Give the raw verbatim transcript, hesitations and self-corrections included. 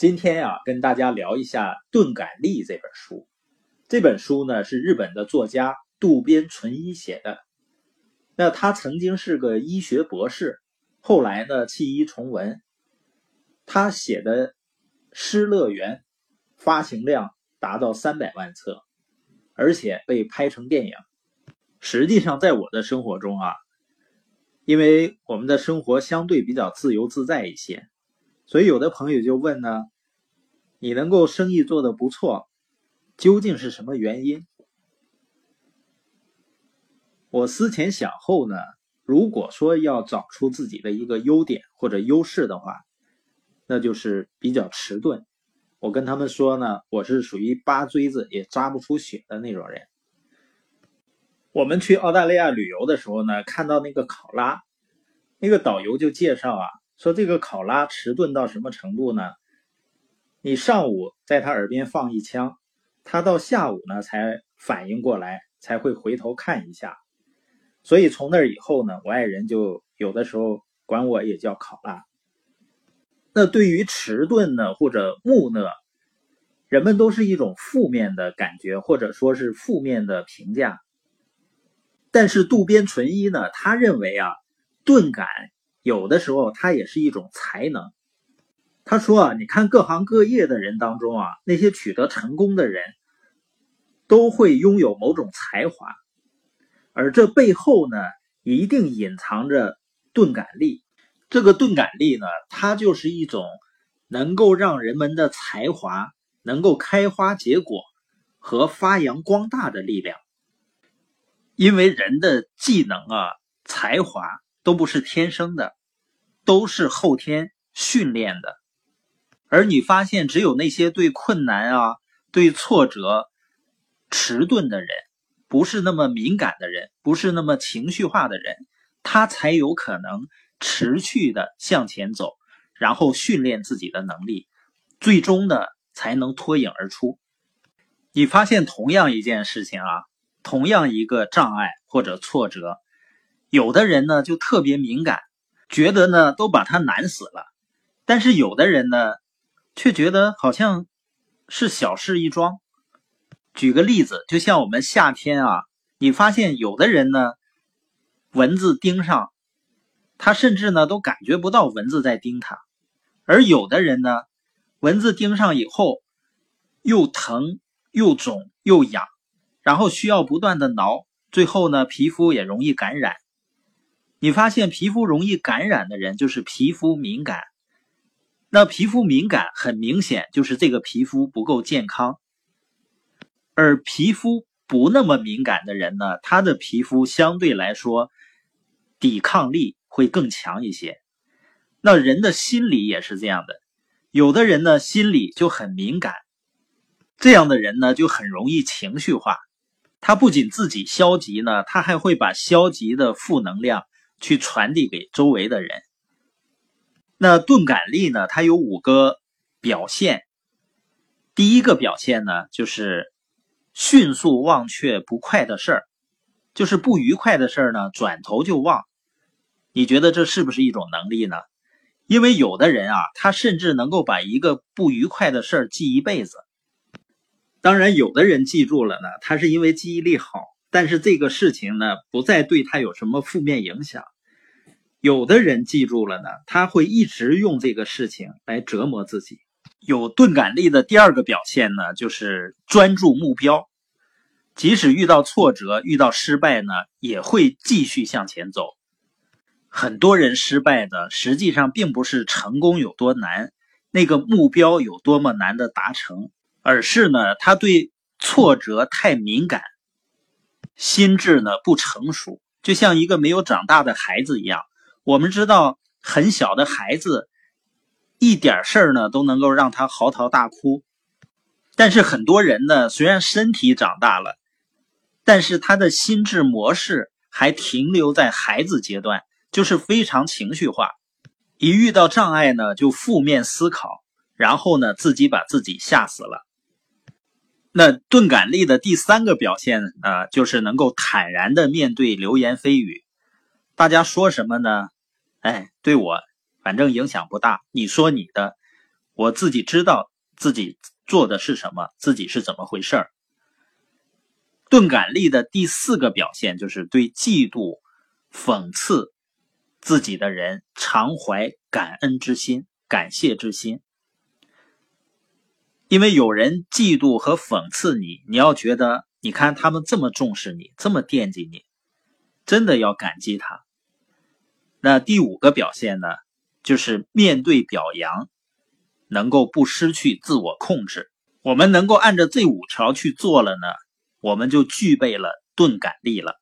今天呀、啊，跟大家聊一下《钝感力》这本书。这本书呢是日本的作家渡边淳一写的。那他曾经是个医学博士，后来呢弃医从文。他写的《失乐园》发行量达到三百万册，而且被拍成电影。实际上在我的生活中啊，因为我们的生活相对比较自由自在一些，所以有的朋友就问呢，你能够生意做得不错，究竟是什么原因？我思前想后呢，如果说要找出自己的一个优点或者优势的话，那就是比较迟钝。我跟他们说呢，我是属于八锥子也扎不出血的那种人。我们去澳大利亚旅游的时候呢，看到那个考拉，那个导游就介绍啊，说这个考拉迟钝到什么程度呢？你上午在他耳边放一枪，他到下午呢才反应过来，才会回头看一下。所以从那以后呢，我爱人就有的时候管我也叫考拉。那对于迟钝呢或者木讷，人们都是一种负面的感觉，或者说是负面的评价。但是渡边淳一呢，他认为啊，钝感有的时候它也是一种才能。他说啊，你看各行各业的人当中啊，那些取得成功的人都会拥有某种才华，而这背后呢，一定隐藏着钝感力。这个钝感力呢，它就是一种能够让人们的才华能够开花结果和发扬光大的力量。因为人的技能啊、才华都不是天生的，都是后天训练的。而你发现只有那些对困难啊、对挫折迟钝的人，不是那么敏感的人，不是那么情绪化的人，他才有可能持续的向前走，然后训练自己的能力，最终呢才能脱颖而出。你发现同样一件事情啊，同样一个障碍或者挫折，有的人呢就特别敏感，觉得呢都把他难死了，但是有的人呢却觉得好像是小事一桩。举个例子，就像我们夏天啊，你发现有的人呢蚊子叮上，他甚至呢都感觉不到蚊子在叮他，而有的人呢蚊子叮上以后又疼又肿又痒，然后需要不断的挠，最后呢皮肤也容易感染。你发现皮肤容易感染的人就是皮肤敏感，那皮肤敏感很明显就是这个皮肤不够健康。而皮肤不那么敏感的人呢，他的皮肤相对来说抵抗力会更强一些。那人的心理也是这样的，有的人呢心理就很敏感，这样的人呢就很容易情绪化，他不仅自己消极呢，他还会把消极的负能量去传递给周围的人。那钝感力呢，它有五个表现。第一个表现呢，就是迅速忘却不快的事儿，就是不愉快的事儿呢，转头就忘。你觉得这是不是一种能力呢？因为有的人啊，他甚至能够把一个不愉快的事儿记一辈子。当然有的人记住了呢，他是因为记忆力好，但是这个事情呢，不再对他有什么负面影响。有的人记住了呢，他会一直用这个事情来折磨自己。有钝感力的第二个表现呢，就是专注目标，即使遇到挫折、遇到失败呢，也会继续向前走。很多人失败的实际上并不是成功有多难，那个目标有多么难的达成，而是呢，他对挫折太敏感，心智呢不成熟，就像一个没有长大的孩子一样。我们知道很小的孩子一点事儿呢都能够让他嚎啕大哭，但是很多人呢虽然身体长大了，但是他的心智模式还停留在孩子阶段，就是非常情绪化，一遇到障碍呢就负面思考，然后呢自己把自己吓死了。那钝感力的第三个表现呢，就是能够坦然的面对流言蜚语。大家说什么呢？哎，对我反正影响不大，你说你的， 我自己知道自己做的是什么，自己是怎么回事儿。钝感力的第四个表现就是对嫉妒、讽刺自己的人常怀感恩之心、感谢之心。因为有人嫉妒和讽刺你，你要觉得你看他们这么重视你，这么惦记你，真的要感激他。那第五个表现呢，就是面对表扬能够不失去自我控制。我们能够按照这五条去做了呢，我们就具备了钝感力了。